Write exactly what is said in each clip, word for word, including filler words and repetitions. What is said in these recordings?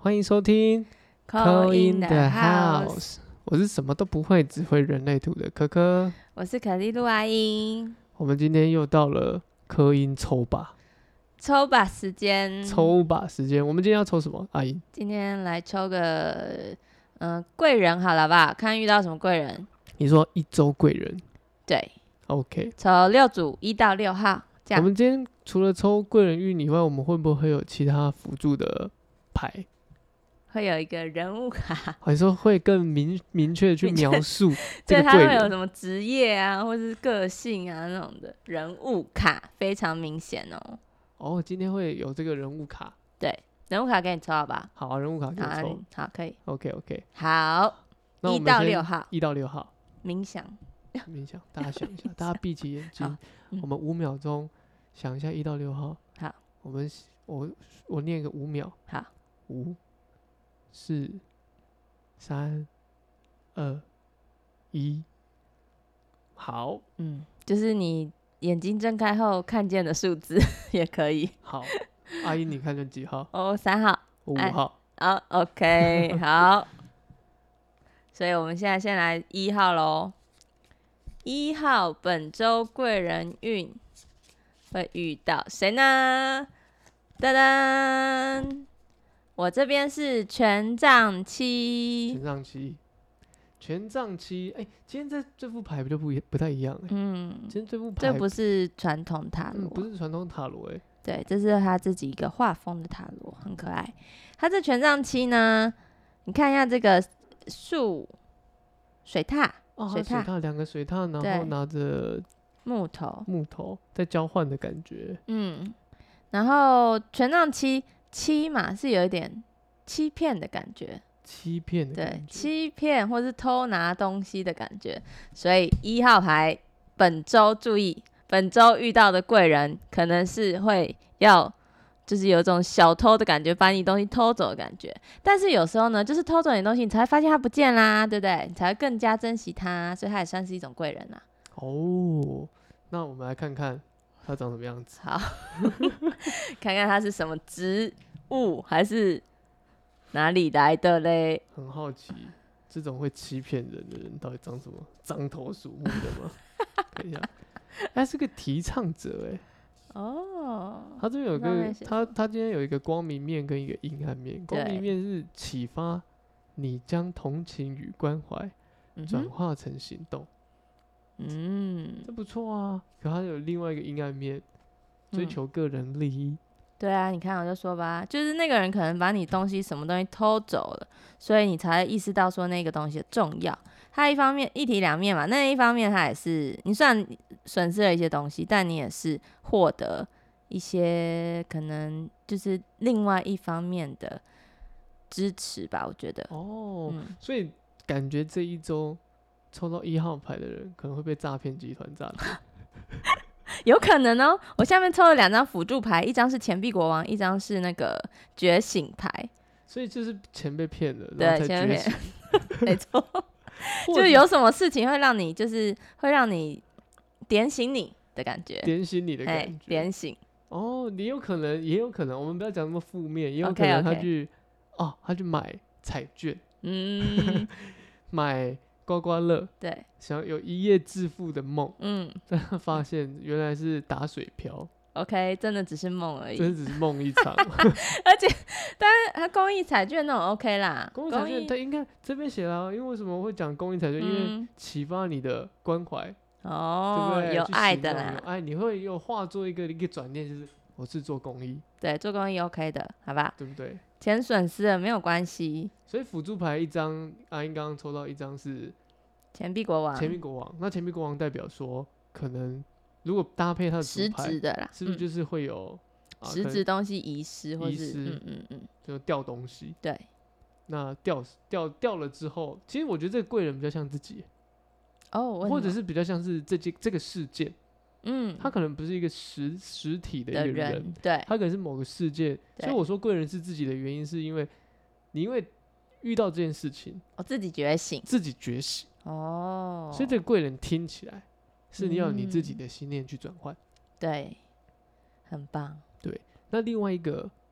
欢迎收听 Call in the house， 我是什么都不会，只会人类图的可可。 我是可丽露阿英。 我们今天又到了科音抽把抽把时间， 抽把时间。我们今天要抽什么？阿英， 今天来抽个嗯贵人好了吧？看遇到什么贵人。 你说一周贵人， 对 ，OK。 抽六组一到六号，这样。 我们今天除了抽贵人运以外，我们会不会有其他辅助的牌？ 会有一个人物卡， 还是说会更明明确的去描述这对，他个贵人？ 会有什么职业啊，或是个性啊那种的人物卡，非常明显哦。 哦，今天会有这个人物卡。 对，人物卡给你抽好吧？ 好、啊，人物卡给我好， 抽。 好，可以。 OK OK。 好，一那我们先到六号一到六号冥想。 冥想，大家想一下，大家闭起眼睛， 嗯、 我们五秒钟想一下一到六号。 好， 我们我我念个五秒。 好， 五、四、三、二、一。好， 嗯，就是你眼睛睁开后看见的数字也可以。 好，阿姨你看见几号？ 哦，三号， 五号。 好、哦、，OK， 好。所以我们现在先来一号咯。一号本周贵人运会遇到谁呢？噔噔，我这边是权杖七。 权杖七，权杖七，哎、欸，今天这这副牌比较不不太一样、欸，嗯，今天这副牌这不是传统塔罗、 嗯，不是传统塔罗，哎， 对，这是他自己一个画风的塔罗，很可爱。他这权杖七呢，你看一下这个树水獭。 哦， 水獭， 两个水獭，然后拿着木头， 木头在交换的感觉。 嗯，然后权杖七七嘛，是有一点欺骗的感觉， 欺骗的感觉， 对，欺骗或是偷拿东西的感觉。所以一号牌本周注意，本周遇到的贵人可能是会要。就是有一种小偷的感觉，把你东西偷走的感觉。但是有时候呢，就是偷走你的东西，你才会发现它不见啦，对不对？你才会更加珍惜它，所以它也算是一种贵人啦。 哦，那我们来看看它长什么样子。 好，看看它是什么植物，还是哪里来的嘞？ 很好奇，这种会欺骗人的人到底长什么？獐头鼠目的吗？看一下，他是个提倡者，哎。哦，他这边有个他他今天有一个光明面跟一个阴暗面。光明面是启发你将同情与关怀转化成行动，嗯，这不错啊。可他有另外一个阴暗面，追求个人利益。 嗯、对啊，你看我就说吧，就是那个人可能把你东西什么东西偷走了，所以你才会意识到说那个东西的重要。他一方面一体两面嘛，那一方面他也是你虽然损失了一些东西，但你也是获得一些可能就是另外一方面的支持吧，我觉得。 哦、嗯，所以感觉这一周抽到一号牌的人可能会被诈骗集团诈骗。 有可能哦，我下面抽了两张辅助牌，一张是钱币国王，一张是那个觉醒牌。 所以就是钱被骗了，然后才觉醒。 没错。就有什么事情会让你，就是会让你点醒你的感觉， 点醒你的感觉， 点醒。 哦，你有可能，也有可能，我们不要讲那么负面，也有可能他去， okay, okay. 哦，他去买彩券，嗯，买刮刮乐，对，想有一夜致富的梦，嗯，但他发现原来是打水漂。 OK， 真的只是梦而已， 真的只是梦一场。 而且，但是他公益彩券那种 OK 啦， 公益彩券他应该这边写了，因为为什么会讲公益彩券？嗯、因为启发你的关怀，哦，对不对？ 有爱的啦， 有爱，你会有化作一个一个转念，就是我是做公益， 对，做公益 OK 的，好吧？ 对不对？ 钱损失了没有关系。 所以辅助牌一张，阿英刚刚抽到一张是钱币国王， 钱币国王，那钱币国王代表说可能。如果搭配它的实质的啦， 是不是就是会有、 嗯啊、实质东西遗失，或是嗯嗯嗯， 就掉东西。 对， 那掉掉掉了之后，其实我觉得这个贵人比较像自己，哦，或者是比较像是这这个事件，嗯，他可能不是一个实实体的一个人， 人对， 他可能是某个事件。所以我说贵人是自己的原因，是因为你因为遇到这件事情， 我、哦、自己觉醒， 自己觉醒，哦，所以这个贵人听起来。是你要你自己的信念去转换、嗯， 对，很棒。 对，那另外一个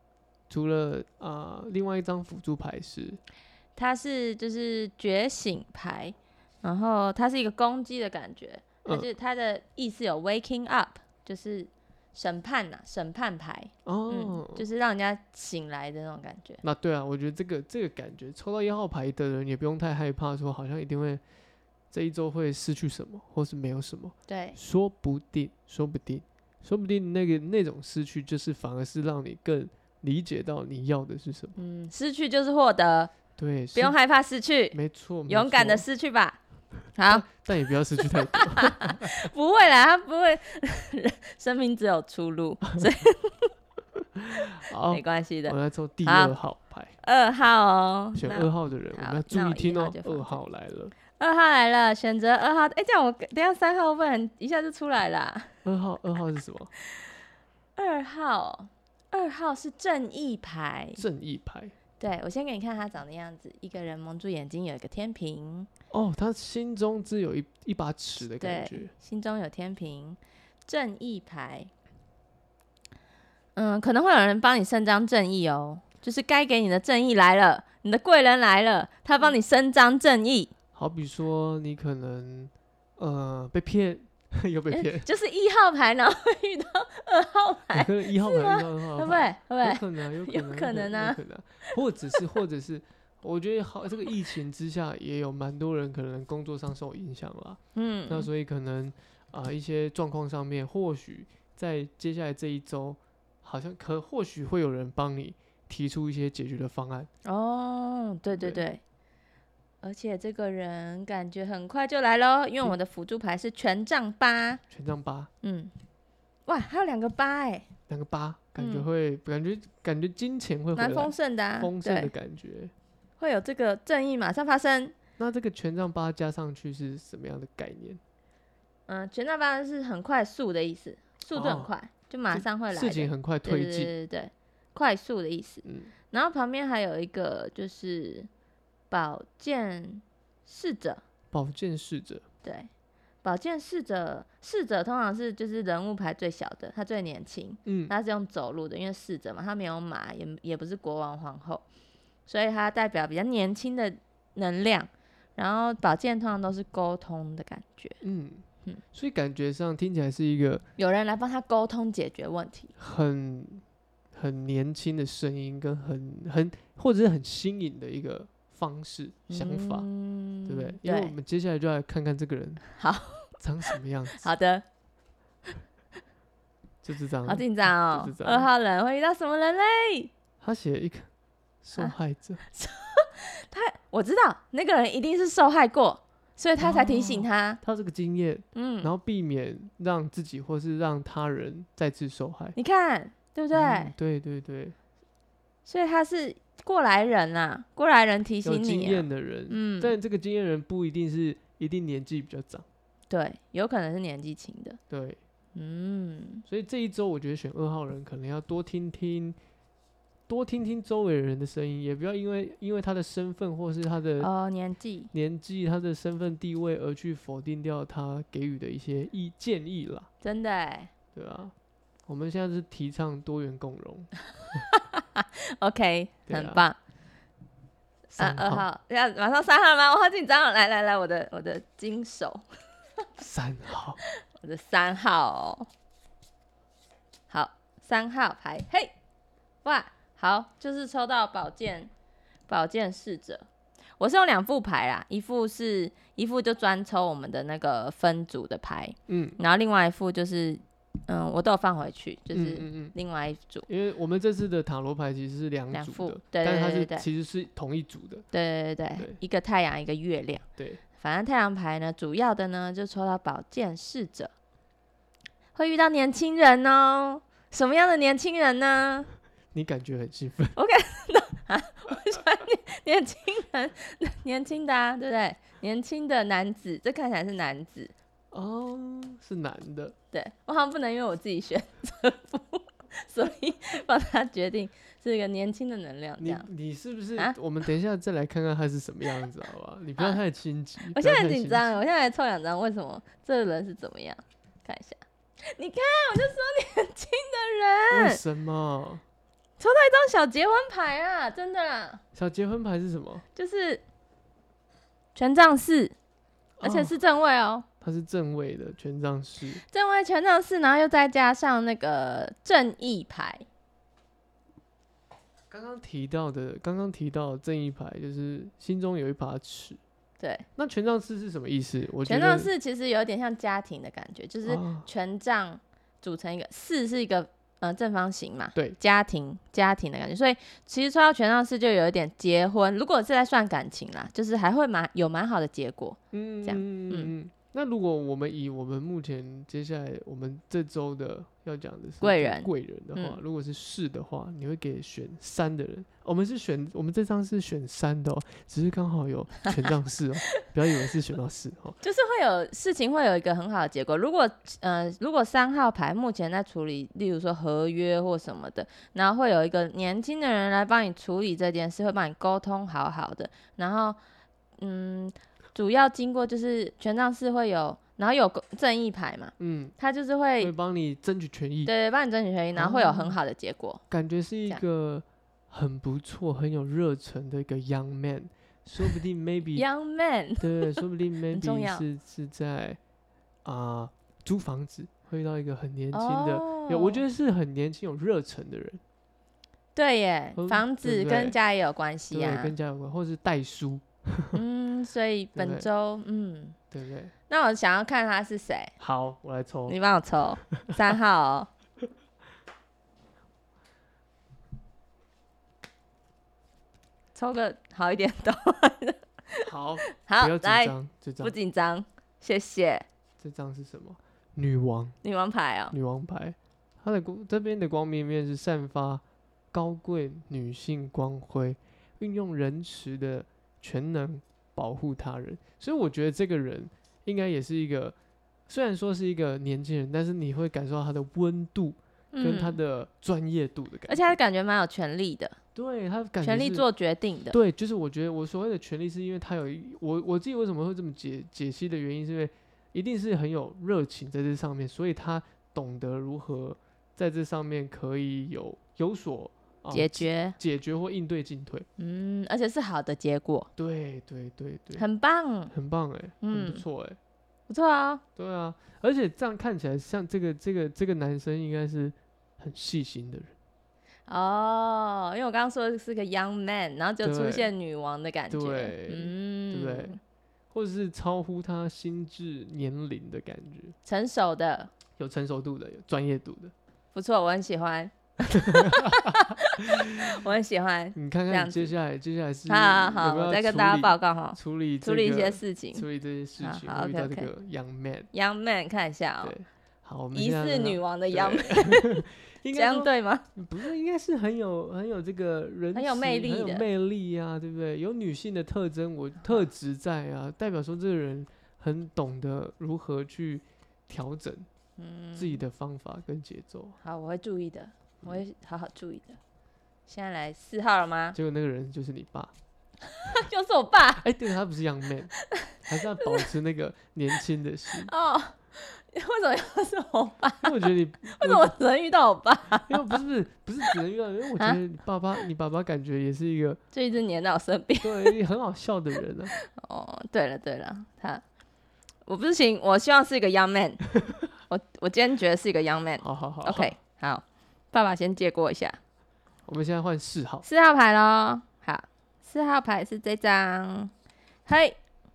除了啊、呃，另外一张辅助牌是， 它是就是觉醒牌，然后它是一个攻击的感觉，它是它的意思有 waking up， 就是审判呐、啊，审判牌哦、嗯，就是让人家醒来的那种感觉。 那对啊，我觉得这个这个感觉，抽到一号牌的人也不用太害怕，说好像一定会这一周会失去什么，或是没有什么。 对， 说不定，说不定，说不定那个那种失去，就是反而是让你更理解到你要的是什么。 嗯，失去就是获得。 对， 不用害怕失去， 没错， 勇敢的失去吧。好， 但也不要失去太多。 不会啦，他不会，生命只有出路，所以好， 没关系的。 我们来抽第二号牌， 二号哦， 选二号的人，我们要注意听哦。二号来了， 二号来了，选择二号。哎、欸，这样我等一下三号会不会一下就出来啦？ 二号，二号是什么？ 二号，二号是正义牌。 正义牌。 对，我先给你看他长的样子，一个人蒙住眼睛，有一个天平。 哦，他心中只有一一把尺的感觉。 对，心中有天平，正义牌。嗯，可能会有人帮你伸张正义哦，就是该给你的正义来了，你的贵人来了，他帮你伸张正义。 好比说，你可能呃被骗。有被骗、欸， 就是一号牌，然后会遇到二号牌， 可能一号牌遇到二号牌， 会不会？会不会？ 有可能，有可能， 有可能啊， 有可能，或者是，或者是，我觉得好，这个疫情之下，也有蛮多人可能工作上受影响啦。嗯，那所以可能啊、呃，一些状况上面，或许在接下来这一周，好像可或许会有人帮你提出一些解决的方案。 哦，对对对。对，而且这个人感觉很快就来咯，因为我的辅助牌是权杖八。 权杖八， 嗯，哇，还有两个八哎、欸， 两个八，感觉会，嗯、感觉感觉金钱会蛮丰盛的、啊， 丰盛的感觉， 会有这个正义马上发生。 那这个权杖八加上去是什么样的概念？ 嗯，权杖八是很快速的意思，速度很快，哦、就马上会来的， 事情很快推进， 对对对对，快速的意思。嗯，然后旁边还有一个就是宝剑侍者， 宝剑侍者， 对，宝剑侍者，侍者通常是就是人物牌最小的，他最年轻，嗯，他是用走路的，因为侍者嘛，他没有马，也也不是国王皇后，所以他代表比较年轻的能量。然后宝剑通常都是沟通的感觉，嗯嗯，所以感觉上听起来是一个有人来帮他沟通解决问题， 很很年轻的声音，跟很很或者是很新颖的一个方式、嗯、想法，对不对？因为我们接下来就来看看这个人好长什么样子。 好的， 就是这样， 好紧张哦。二号人会遇到什么人嘞？ 他写一个受害者， 啊、他我知道那个人一定是受害过，所以他才提醒他，哦、 他这个经验，嗯，然后避免让自己或是让他人再次受害。 你看，对不对？ 嗯、对对对， 所以他是过来人啊，过来人提醒你、啊，有经验的人，嗯，但这个经验人不一定是一定年纪比较长， 对，有可能是年纪轻的， 对，嗯，所以这一周我觉得选二号人可能要多听听。多听听周围人的声音，也不要因为因为他的身份或是他的哦年纪、 年纪、他的身份地位而去否定掉他给予的一些意建议啦。 真的哎， 对啊，我们现在是提倡多元共融。 OK， 很棒。啊，二号要马上三号了吗？我好紧张哦！来来来，我的我的金手。 三号， 我的三号哦。好，三号牌，嘿，哇！好，就是抽到宝剑，宝剑侍者。我是用两副牌啦，一副是一副就专抽我们的那个分组的牌，嗯，然后另外一副就是，嗯，我都有放回去，就是另外一组。 嗯嗯嗯、因为我们这次的塔罗牌其实是两组的， 对对对对， 但是它是其实是同一组的， 对对对 对, 對，一个太阳，一个月亮， 对。 反正太阳牌呢，主要的呢就抽到宝剑侍者，会遇到年轻人哦。什么样的年轻人呢？ 你感觉很兴奋， 我感觉到啊，我喜欢 年, 年轻人，年轻的啊，对不对？年轻的男子，这看起来是男子哦，是男的。 对，我好像不能因为我自己选择所以帮他决定是一个年轻的能量这样。 你你是不是、啊？我们等一下再来看看他是什么样子，好不好？你不要太心急。 我现在很紧张，我现在来抽两张，为什么这个人是怎么样？看一下，你看，我就说年轻的人。 为什么？ 抽到一张小结婚牌啊，真的啦。 小结婚牌是什么？ 就是权杖四，而且是正位哦。 它是正位的权杖四， 正位权杖四，然后又再加上那个正义牌。 刚刚提到的，刚刚提到的正义牌就是心中有一把尺。 对， 那权杖四是什么意思？我觉得权杖四其实有点像家庭的感觉，就是权杖组成一个四是一个呃正方形嘛， 对， 家庭家庭的感觉，所以其实抽到权杖四就有一点结婚，如果是在算感情啦，就是还会蛮有蛮好的结果，嗯，这样，嗯嗯。那如果我们以我们目前接下来我们这周的要讲的是贵人贵人的话，嗯、如果是四的话，你会给选三的人。我们是选我们这张是选三的哦，只是刚好有权杖四哦，不要以为是选到四哦。 就是会有事情会有一个很好的结果。如果呃如果三号牌目前在处理，例如说合约或什么的，然后会有一个年轻的人来帮你处理这件事，会帮你沟通好好的，然后嗯。主要经过就是权杖四会有，然后有正义牌嘛，嗯，他就是会会帮你争取权益， 对，帮你争取权益，然后会有很好的结果。 啊、感觉是一个很不错、很有热忱的一个 young man， 说不定 maybe young man， 对，说不定 maybe 是是在啊、呃、租房子，会遇到一个很年轻的，哦、我觉得是很年轻、有热忱的人。 对耶，房子跟家也有关系啊， 对，跟家有关，或是代书。 嗯，所以本周嗯， 对不对？ 那我想要看他是谁。 好，我来抽。 你帮我抽三号哦。抽个好一点的。 好， 好， 不要紧张， 不紧张，谢谢。 这张是什么？女王。 女王牌哦。 女王牌，它的这边的光明面是散发高贵女性光辉，运用仁慈的全能保护他人，所以我觉得这个人应该也是一个，虽然说是一个年轻人，但是你会感受到他的温度跟他的专业度的感觉、嗯， 而且他感觉蛮有权力的， 对他感觉权力做决定的， 对，就是我觉得我所谓的权力是因为他有我我自己为什么会这么解解析的原因，是因为一定是很有热情在这上面，所以他懂得如何在这上面可以有有所。 解决、 哦、解决或应对进退， 嗯，而且是好的结果， 对对对对， 很棒， 很棒哎、欸，嗯，很不错哎、欸， 不错啊， 对啊，而且这样看起来像这个这个这个男生应该是很细心的人， 哦，因为我刚刚说的是个 young man， 然后就出现女王的感觉， 对，嗯，对不对？或者是超乎他心智年龄的感觉， 成熟的， 有成熟度的，有专业度的， 不错，我很喜欢。我很喜欢。 你看看接下来，接下来是好好好，我再跟大家报告哈， 处理、 这个、处理一些事情， 处理这些事情。 好，好， 遇到这个 young man，young man 看一下哦、喔。 好，我们疑似女王的 young man， 这样对吗？ 不是，应该是很有很有这个人， 很有魅力的， 很有魅力啊，对不对？有女性的特征，我特质在啊，代表说这个人很懂得如何去调整自己的方法跟节奏、嗯。 好，我会注意的。我会好好注意的。现在来四号了吗？ 结果那个人就是你爸， 就是我爸。 哎、欸，对，他不是 young man， 还是要保持那个年轻的心。 哦，为什么又是我爸？ 因为我觉得你为什么我只能遇到我爸？ 因为不是不是不是只能遇到，因为我觉得你爸爸，啊、你爸爸感觉也是一个， 就一直黏在我身边， 对，很好笑的人啊。 哦，对了对了，他我不是行，我希望是一个 young man， 我我今天觉得是一个 young man。 好好好 ，OK， 好。爸爸先借过一下， 我们现在换四号， 四号牌咯。好，四号牌是这张，嘿，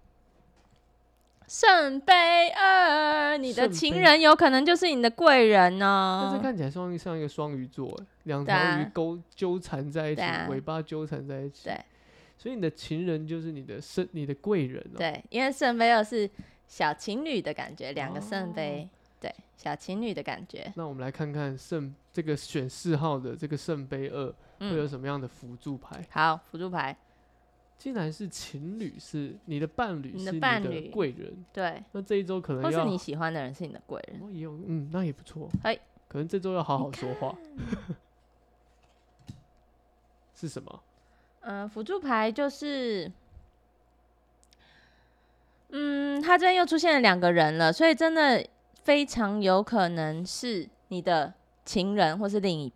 圣杯二，你的情人有可能就是你的贵人哦。 但是看起来像像一个双鱼座，两条鱼钩纠缠在一起，啊、尾巴纠缠在一起。 对， 所以你的情人就是你的圣，你的贵人哦。 对，因为圣杯二是小情侣的感觉，两个圣杯。哦，对，小情侣的感觉。 那我们来看看圣这个选四号的这个圣杯二会有什么样的辅助牌？ 嗯、好，辅助牌， 既然是情侣，是你的伴侣，是你的贵人， 对。 那这一周可能要， 或是你喜欢的人是你的贵人， 哦，也有，嗯，那也不错。 嘿， 可能这周要好好说话。是什么？ 嗯、呃，辅助牌就是。嗯，他这边又出现了两个人了，所以真的非常有可能是你的情人或是另一半。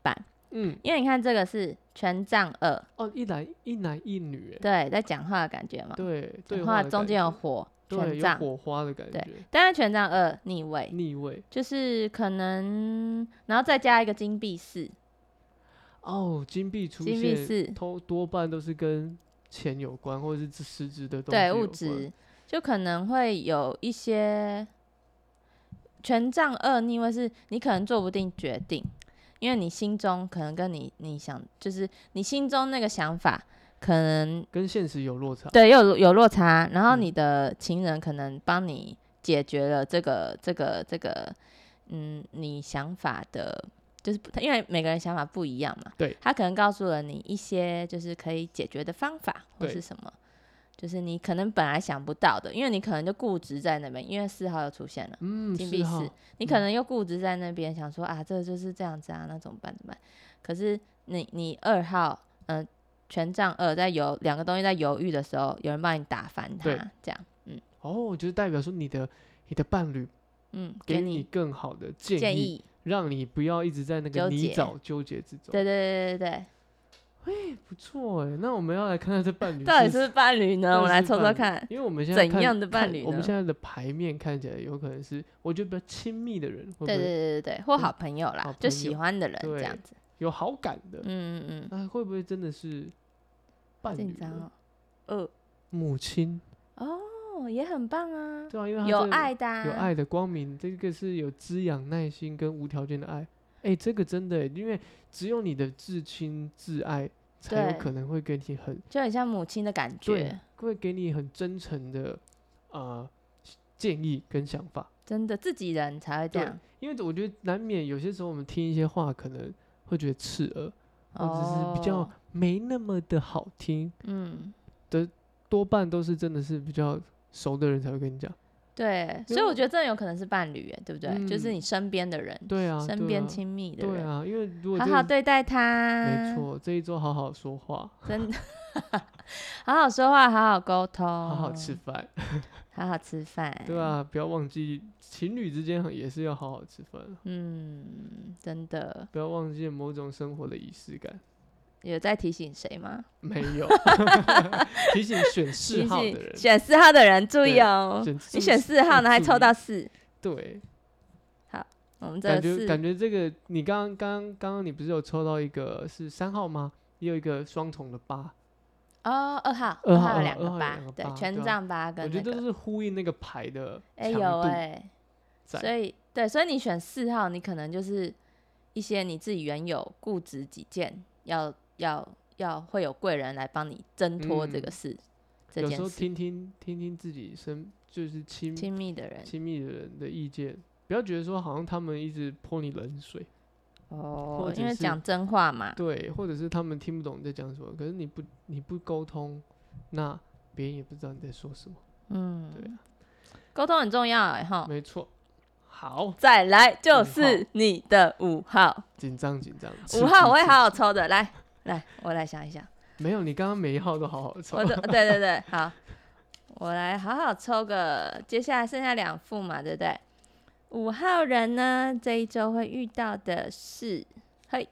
嗯，因为你看这个是权杖二， 哦，一男一男一女， 对，在讲话的感觉嘛， 对， 讲话中间有火， 对， 有火花的感觉， 对，但是权杖二逆位， 逆位就是可能，然后再加一个金币四， 哦，金币出现，金币四多多半都是跟钱有关，或者是实质的东西有关， 对，物质，就可能会有一些。权杖二逆位是你可能做不定决定，因为你心中可能跟你你想，就是你心中那个想法可能跟现实有落差， 对，有有落差。然后你的情人可能帮你解决了这个这个这个，嗯，你想法的，就是因为每个人想法不一样嘛， 对， 他可能告诉了你一些就是可以解决的方法或是什么。就是你可能本来想不到的，因为你可能就固执在那边，因为四号又出现了， 嗯， 金币四，你可能又固执在那边，想说啊，这就是这样子啊，那怎么办？怎么办？可是你你二号，嗯、呃，权杖二在犹两个东西在犹豫的时候，有人帮你打翻它，这样，嗯， 哦，就是代表说你的你的伴侣，嗯，给你更好的建议，建议让你不要一直在那个泥沼纠结之中。 对对对对对。 哎、欸，不错哎，那我们要来看看这伴侣到底是不是伴侣呢？我们来抽抽看， 因为我们现在怎样的伴侣呢？ 我们现在的牌面看起来有可能是，我觉得比较亲密的人，会不会对对对对对，或好朋友啦，嗯、就喜欢的人这样子， 有好感的， 嗯嗯嗯， 那会不会真的是伴侣？ 哦，呃， 母亲哦，也很棒啊， 对啊，因为有爱的、啊， 有爱的光明，这个是有滋养、耐心跟无条件的爱。哎、欸，这个真的，因为只有你的至亲至爱。才有可能会给你很， 就很像母亲的感觉， 对，会给你很真诚的呃建议跟想法。 真的，自己人才会这样。 因为我觉得难免有些时候我们听一些话，可能会觉得刺耳，或者是比较没那么的好听。嗯，的多半都是真的是比较熟的人才会跟你讲。 对，所以我觉得这有可能是伴侣，对不对？嗯、就是你身边的人， 对啊， 身边亲密的人， 对啊，因为如果好好对待他， 没错，这一周好好说话， 真的，好好说话，好好沟通， 好好吃饭， 好好吃饭， 对啊，不要忘记情侣之间也是要好好吃饭， 嗯，真的， 不要忘记某种生活的仪式感。 有在提醒谁吗？ 没有，提醒选四号的人， 选四号的人注意哦。你选四号呢，还抽到四。 对， 好，我们这感觉感觉这个，你刚刚刚刚刚你不是有抽到一个是三号吗？也有一个双重的八。 哦，二号， 二号有两个八，对，权杖八跟、那個、我觉得这是呼应那个牌的哎、欸、有哎、欸，所以对，所以你选四号，你可能就是一些你自己原有固执己见要。要要会有贵人来帮你挣脱这个事，嗯、这件事有时候听听听听自己身就是亲亲密的人亲密的人的意见，不要觉得说好像他们一直泼你冷水哦，因为讲真话嘛， 对，或者是他们听不懂你在讲什么，可是你不你不沟通，那别人也不知道你在说什么，嗯，对啊， 沟通很重要哎哈， 没错。好， 再来就是你的五号， 紧张紧张， 五号我会好好抽的，来。来，我来想一想。 没有，你刚刚每一号都好好抽。 我的对对对，好，我来好好抽个。接下来剩下两副嘛，对不对？五号人呢，这一周会遇到的是，嘿，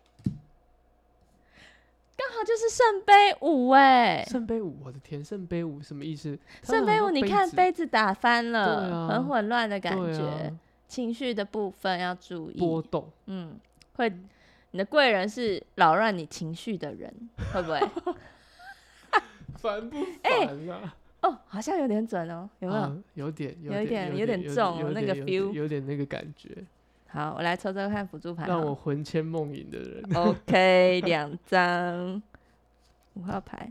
刚好就是圣杯五哎。 圣杯五，我的天，圣杯五什么意思？ 圣杯五，你看杯子打翻了， 啊、 很混乱的感觉， 啊、 情绪的部分要注意波动， 嗯，会。你的贵人是扰乱你情绪的人，会不会？ 烦不烦啊？ 欸、哦，好像有点准哦，有没有？ 啊、有点， 有一点， 有点重哦，那个 feel， 有点那个感觉。 好，我来抽抽看辅助牌， 让我魂牵梦萦的人。 OK， 两张五号牌。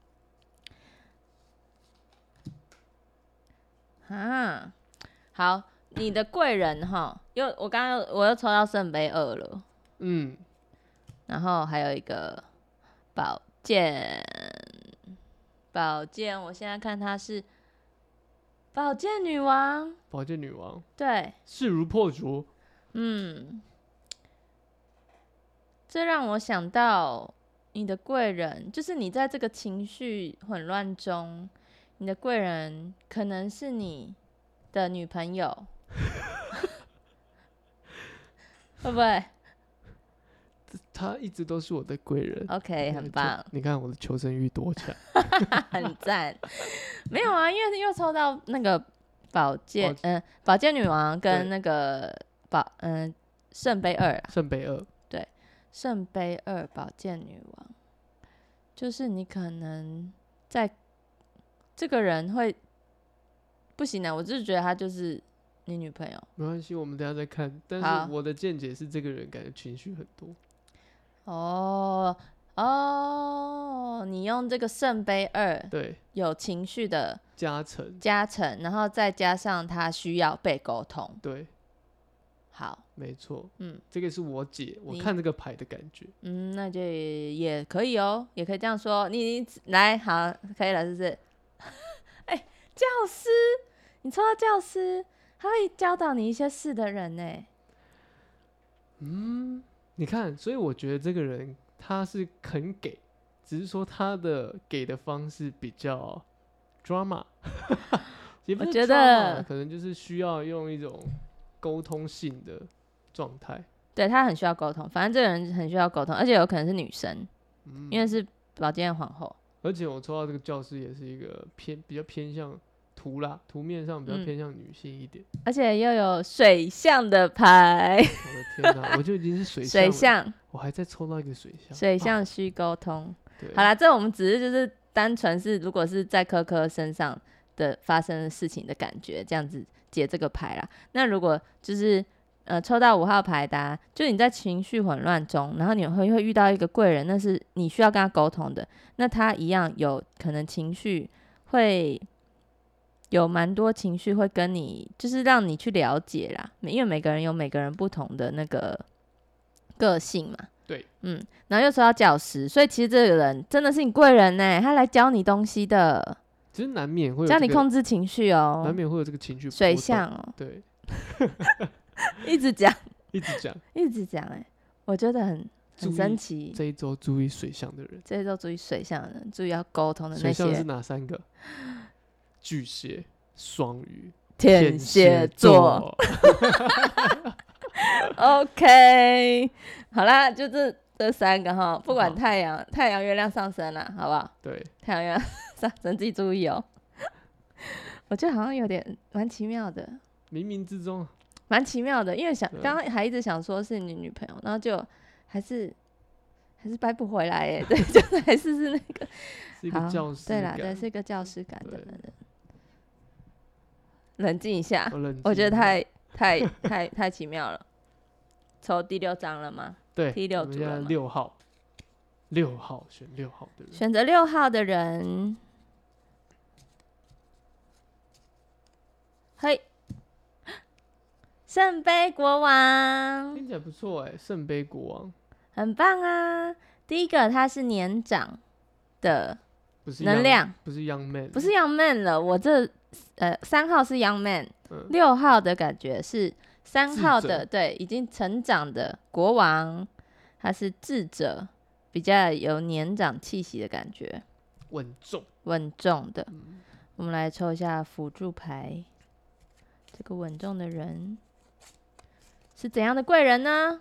啊，好。你的贵人哈，又我刚刚我又抽到圣杯二了，嗯，然后还有一个宝剑，宝剑，我现在看它是宝剑女王， 宝剑女王， 对， 势如破竹， 嗯，这让我想到你的贵人，就是你在这个情绪混乱中，你的贵人可能是你的女朋友。会不会？ 他一直都是我的贵人。 OK， 很棒。 你看我的求生欲多强， 很赞。没有啊，因为又抽到那个宝剑，嗯、呃，宝剑女王跟那个宝，嗯，圣杯二啊， 圣杯二， 对，圣杯二宝剑女王，就是你可能在这个人会不行啊，我就是觉得他就是你女朋友。 没关系，我们等一下再看。但是我的见解是，这个人感觉情绪很多。 哦哦，你用这个圣杯二， 对， 有情绪的加成， 加成，然后再加上他需要被沟通。 对， 好， 没错，嗯，这个是我解，我看这个牌的感觉。 嗯，那就 也, 也可以哦，也可以这样说。你, 你来，好，可以了，是不是？哎、欸，教师，你抽到教师，他会教导你一些事的人呢。 嗯。你看，所以我觉得这个人他是肯给，只是说他的给的方式比较 drama， 也不是 drama， 我觉得可能就是需要用一种沟通性的状态。 对，他很需要沟通，反正这个人很需要沟通，而且有可能是女生，嗯、因为是宝剑皇后。 而且我抽到这个教师也是一个偏比较偏向图啦，图面上比较偏向女性一点，嗯、 而且又有水象的牌。 我的天哪，我就已经是水象了，水象，我还在抽到一个水象。 水象需沟通。好啦，这我们只是就是单纯是，如果是在科科身上的发生的事情的感觉，这样子解这个牌啦。那如果就是呃抽到五号牌的、啊，就你在情绪混乱中，然后你会会遇到一个贵人，那是你需要跟他沟通的，那他一样有可能情绪会。有蛮多情绪会跟你，就是让你去了解啦，因为每个人有每个人不同的那个个性嘛。 对， 嗯，然后又说到教师，所以其实这个人真的是你贵人呢，他来教你东西的。 其实难免会有、 这个、教你控制情绪哦， 难免会有这个情绪水象哦。 对， 一直讲， 一直讲， 一直讲，哎，我觉得很很神奇。 这一周注意水象的人， 这一周注意水象的人，注意要沟通的那些。 水象是哪三个？巨蟹、双鱼、 天蝎座。OK， 好啦，就这这三个哈，不管太阳、太阳、月亮上升啦，好不好？ 对， 太阳、月亮上升，自己注意哦。我觉得好像有点蛮奇妙的， 冥冥之中蛮奇妙的，因为想刚刚还一直想说是你女朋友，然后就还是还是掰不回来耶，对，就是还是是那个是一个教师感， 对啦，对，是一个教师感的人。冷静一下， 我, 我觉得太太太太奇妙了。抽第六张了吗？ 对， 第六组了吗？ 六号，六号选六号的人， 选择六号的人，嘿，圣杯国王， 听起来不错哎，圣杯国王， 很棒啊！第一个他是年长的能量， 不是 young man， 不是 young man 了，我这。呃，三号是 young man，嗯、六号的感觉是三号的，对，已经成长的国王，他是智者，比较有年长气息的感觉， 稳重， 稳重的。嗯、我们来抽一下辅助牌，这个稳重的人是怎样的贵人呢？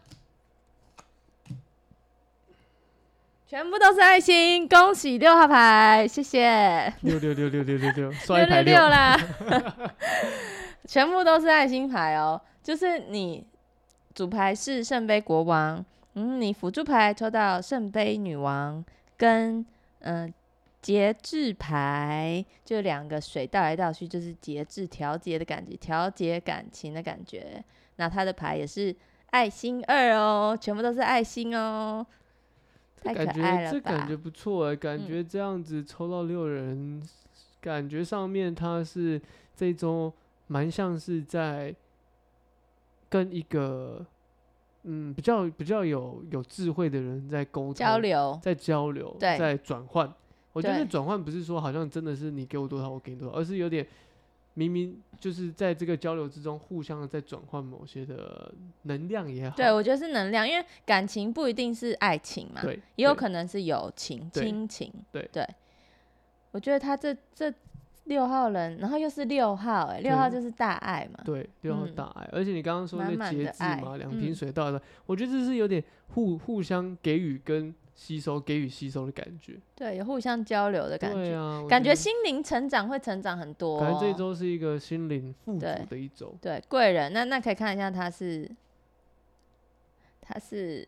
全部都是爱心，恭喜六号牌，谢谢。 六六六六六六六，刷一排六啦，全部都是爱心牌哦。就是你主牌是圣杯国王，嗯，你辅助牌抽到圣杯女王跟嗯、呃、节制牌，就两个水倒来倒去，就是节制调节的感觉，调节感情的感觉。那他的牌也是爱心二哦，全部都是爱心哦。太可爱了吧， 这感觉不错哎，感觉这样子抽到六人，嗯、感觉上面他是这一周蛮像是在跟一个嗯比较比较有有智慧的人在沟通交流， 在交流，在转换。我觉得转换不是说好像真的是你给我多少我给你多少，而是有点明明就是在这个交流之中，互相的在转换某些的能量也好。 对，我觉得是能量，因为感情不一定是爱情嘛，也有可能是友情、亲情。 对， 对，我觉得他这这六号人，然后又是六号、欸，哎，六号就是大爱嘛。 对，六号大爱，嗯、而且你刚刚说那节制嘛，两瓶水倒的、嗯，我觉得这是有点互互相给予跟吸收，给予吸收的感觉。 对，有互相交流的感觉。 对啊， 感觉心灵成长会成长很多、哦。 感觉这一周是一个心灵富足的一周。 对，贵人，那那可以看一下他是，他是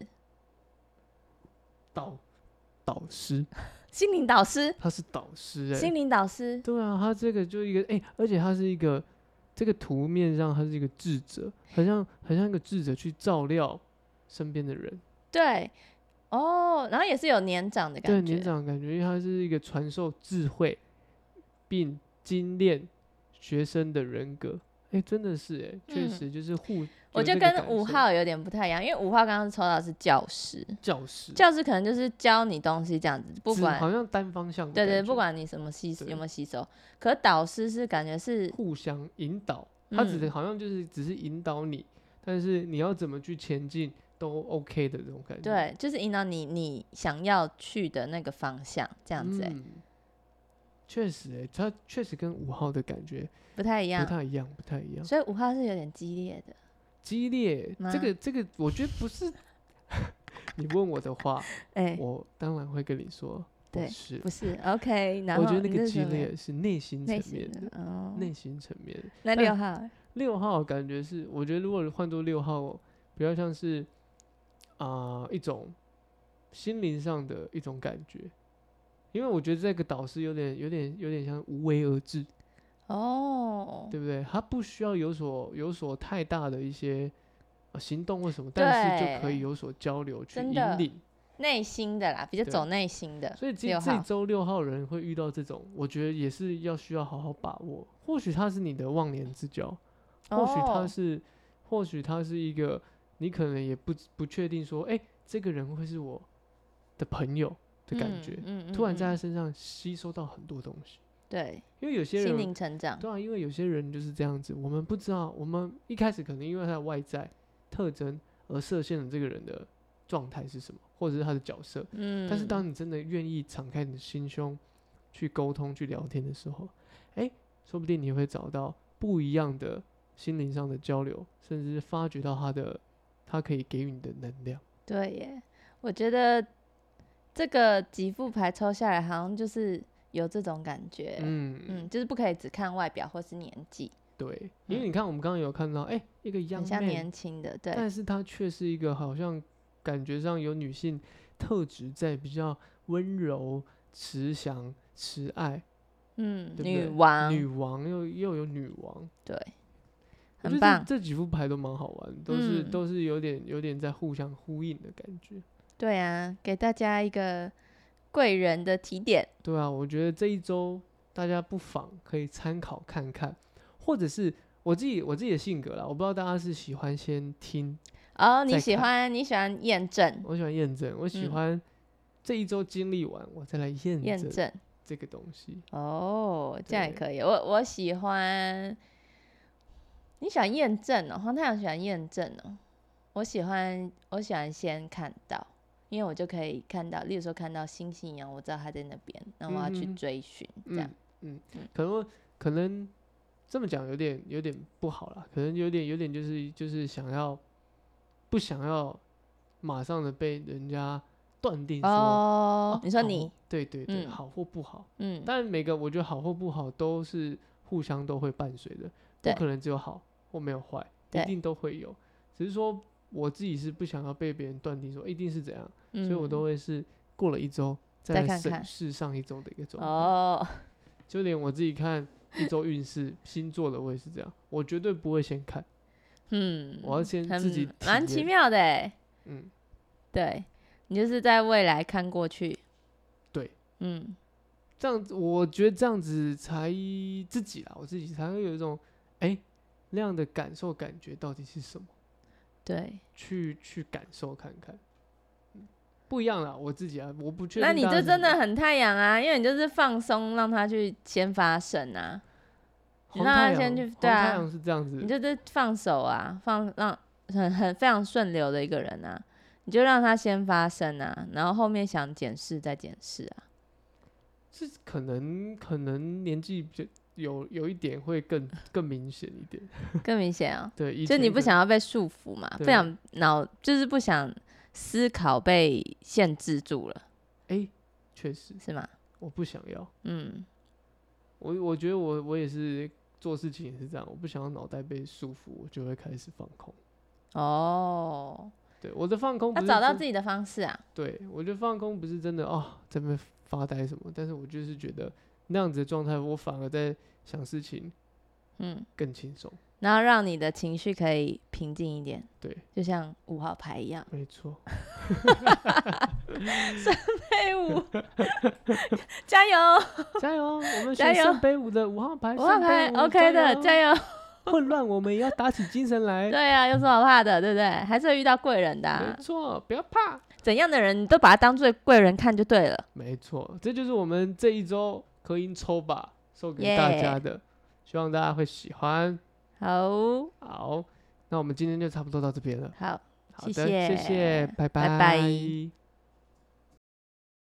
导导师。 心灵导师， 他是导师哎、欸， 心灵导师， 对啊，他这个就一个哎、欸，而且他是一个这个图面上他是一个智者，很像很像一个智者去照料身边的人。 对，哦，然后也是有年长的感觉， 对，年长的感觉，因为他是一个传授智慧并精炼学生的人格。哎、欸，真的是哎、欸，确、嗯、实就是互。 我觉得跟五号有点不太一样，因为五号刚刚抽到的是教师， 教师， 教师可能就是教你东西这样子，不管好像单方向的， 对 对, 对，不管你什么吸有没有吸收，可导师是感觉是互相引导，他只是好像就是只是引导你、嗯，但是你要怎么去前进都 OK 的这种感觉， 对，就是引导你你想要去的那个方向这样子、欸，嗯， 确实哎、欸，他确实跟五号的感觉不太一样， 不太一样，不太一样， 所以五号是有点激烈的。 激烈，这个这个，我觉得不是。你问我的话，欸、我当然会跟你说， 对， 不是， 不是 OK。然后我觉得那个激烈是内心层面的，内心层面的。 那六號， 六號感覺是，我覺得如果換作六號，比較像是啊、呃、一種心靈上的一種感覺，因為我覺得這個導師有點有點有點像無為而治。哦，對不對？他不需要有所有所太大的一些、呃、行動或什麼，但是就可以有所交流去引領內心的啦，比較走內心的。 所以這這週六號人會遇到這種，我覺得也是要需要好好把握。或許他是你的忘年之交，或許他是，或許他是一個你可能也不不確定說，哎，這個人會是我的朋友的感覺，嗯嗯嗯嗯、突然在他身上吸收到很多東西。 對， 因為有些人心靈成長， 對啊，因為有些人就是這樣子，我們不知道，我們一開始可能因為他的外在特徵而設限了這個人的狀態是什麼，或者是他的角色。嗯，但是當你真的願意敞開你的心胸去溝通、去聊天的時候，哎，說不定你會找到不一樣的心靈上的交流，甚至發掘到他的他可以給予你的能量。 對耶，我覺得這個幾副牌抽下來，好像就是有這種感覺，嗯嗯，就是不可以只看外表或是年紀。 對，因為你看我們剛剛有看到，哎、欸，一個 young man， 很像年輕的，對， 但是他卻是一個好像感覺上有女性特質在，比較溫柔、慈祥、慈愛，嗯，對對，女王，女王又又有女王， 對，很棒。 這，這幾副牌都蠻好玩，都是、嗯、都是有點有點在互相呼應的感覺。 對啊，給大家一個貴人的提點。 對啊，我覺得這一周大家不妨可以參考看看，或者是我自己我自己的性格啦，我不知道大家是喜歡先聽哦，你喜歡你喜歡驗證， 我喜歡驗證，我喜歡這一周經歷完、嗯、我再來驗證這個東西。 哦，這樣也可以。我我喜歡，你喜歡驗證哦，黃太陽喜歡驗證哦。我喜歡我喜歡先看到。因為我就可以看到，例如說看到星星一樣，我知道他在那邊，然後我要去追尋、嗯、這樣。 嗯，嗯可能可能這麼講有點有點不好啦，可能有點有點就是就是想要不想要馬上的被人家斷定說哦，啊、你說你對對對、嗯，好或不好，嗯，但每個我覺得好或不好都是互相都會伴隨的，不可能只有好或沒有壞，一定都會有，只是說。我自己是不想要被別人斷定說一定是怎樣、嗯，所以我都會是過了一周再來審視上一周的一個狀態。哦，就連我自己看一周運勢星座的，我也是這樣，我絕對不會先看。嗯，我要先自己。 蠻奇妙的哎。嗯，對，你就是在未來看過去。 對，嗯，這樣子我覺得這樣子才自己啦，我自己才會有一種哎、欸、那樣的感受感覺到底是什麼。 對， 去去感受看看，嗯、不一樣啦。我自己啊，我不確定。 那你就真的很太陽啊，因為你就是放鬆，讓他去先發生啊。你讓他先去，對啊， 太陽是這樣子。 你就是放手啊，放讓很很非常順流的一個人啊，你就讓他先發生啊，然後後面想檢視再檢視啊。 是可能可能年紀比較有有一点会更更明显一点， 更明显啊、哦。 对， 就你不想要被束缚嘛，不想脑就是不想思考被限制住了。 哎、欸，确实是吗？ 我不想要。嗯，我我觉得我我也是做事情也是这样，我不想要脑袋被束缚，我就会开始放空。哦，对，我的放空不是要找到自己的方式啊。 对，我觉得放空不是真的哦，在那边发呆什么，但是我就是觉得那样子的状态，我反而在想事情，嗯，更轻松， 然后让你的情绪可以平静一点。 对， 就像五号牌一样。 没错。 圣杯五，加油， 加油！我们选圣杯五的五号牌， 五号牌 OK 的，加油！ 混乱我们也要打起精神来。 对啊，有什么好怕的，对不对？还是会遇到贵人的、啊。 没错，不要怕。 怎样的人你都把他当做贵人看就对了。 没错，这就是我们这一周科音抽吧送给大家的， yeah. 希望大家会喜欢。 好， 好，那我们今天就差不多到这边了。 好， 好的， 谢谢， 谢谢，拜拜。 拜拜。